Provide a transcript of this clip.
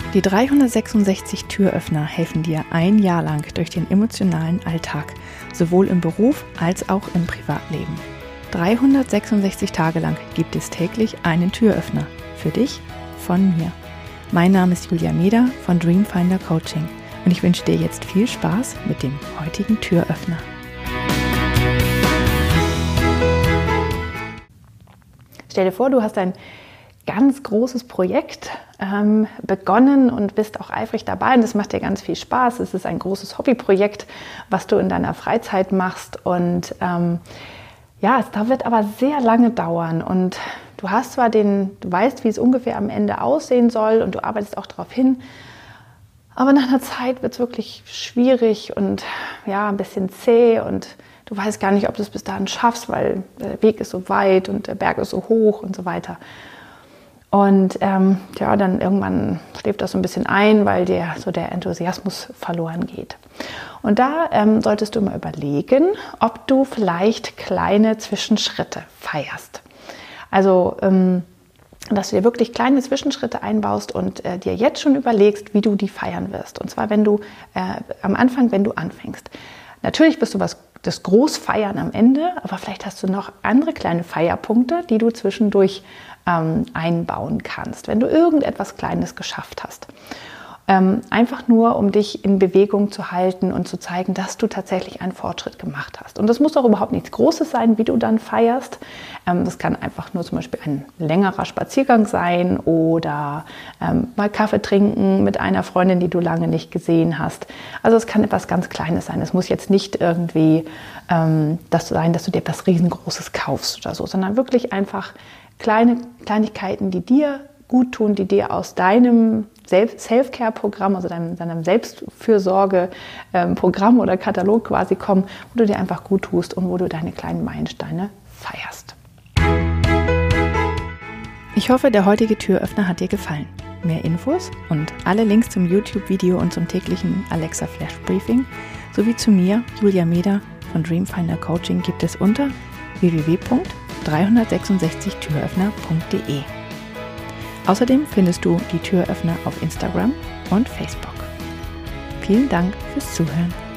Die 366 Türöffner helfen dir ein Jahr lang durch den emotionalen Alltag, sowohl im Beruf als auch im Privatleben. 366 Tage lang gibt es täglich einen Türöffner. Für dich, von mir. Mein Name ist Julia Meder von Dreamfinder Coaching und ich wünsche dir jetzt viel Spaß mit dem heutigen Türöffner. Stell dir vor, du hast ein ganz großes Projekt begonnen und bist auch eifrig dabei und das macht dir ganz viel Spaß. Es ist ein großes Hobbyprojekt, was du in deiner Freizeit machst und es wird aber sehr lange dauern und du hast zwar du weißt, wie es ungefähr am Ende aussehen soll und du arbeitest auch darauf hin, aber nach einer Zeit wird es wirklich schwierig und ein bisschen zäh und du weißt gar nicht, ob du es bis dahin schaffst, weil der Weg ist so weit und der Berg ist so hoch und so weiter. Und dann irgendwann schläft das so ein bisschen ein, weil dir so der Enthusiasmus verloren geht. Und da solltest du mal überlegen, ob du vielleicht kleine Zwischenschritte feierst. Also, dass du dir wirklich kleine Zwischenschritte einbaust und dir jetzt schon überlegst, wie du die feiern wirst. Und zwar, wenn du am Anfang, wenn du anfängst. Natürlich wirst du das groß feiern am Ende, aber vielleicht hast du noch andere kleine Feierpunkte, die du zwischendurch einbauen kannst, wenn du irgendetwas Kleines geschafft hast. Einfach nur, um dich in Bewegung zu halten und zu zeigen, dass du tatsächlich einen Fortschritt gemacht hast. Und das muss auch überhaupt nichts Großes sein, wie du dann feierst. Das kann einfach nur zum Beispiel ein längerer Spaziergang sein oder mal Kaffee trinken mit einer Freundin, die du lange nicht gesehen hast. Also es kann etwas ganz Kleines sein. Es muss jetzt nicht irgendwie das sein, dass du dir etwas Riesengroßes kaufst oder so, sondern wirklich einfach Kleinigkeiten, die dir gut tun, die dir aus deinem Self-Care-Programm, also deinem Selbstfürsorge-Programm oder Katalog quasi kommen, wo du dir einfach gut tust und wo du deine kleinen Meilensteine feierst. Ich hoffe, der heutige Türöffner hat dir gefallen. Mehr Infos und alle Links zum YouTube-Video und zum täglichen Alexa Flash Briefing sowie zu mir, Julia Meder von Dreamfinder Coaching, gibt es unter www.366türöffner.de. Außerdem findest du die Türöffner auf Instagram und Facebook. Vielen Dank fürs Zuhören.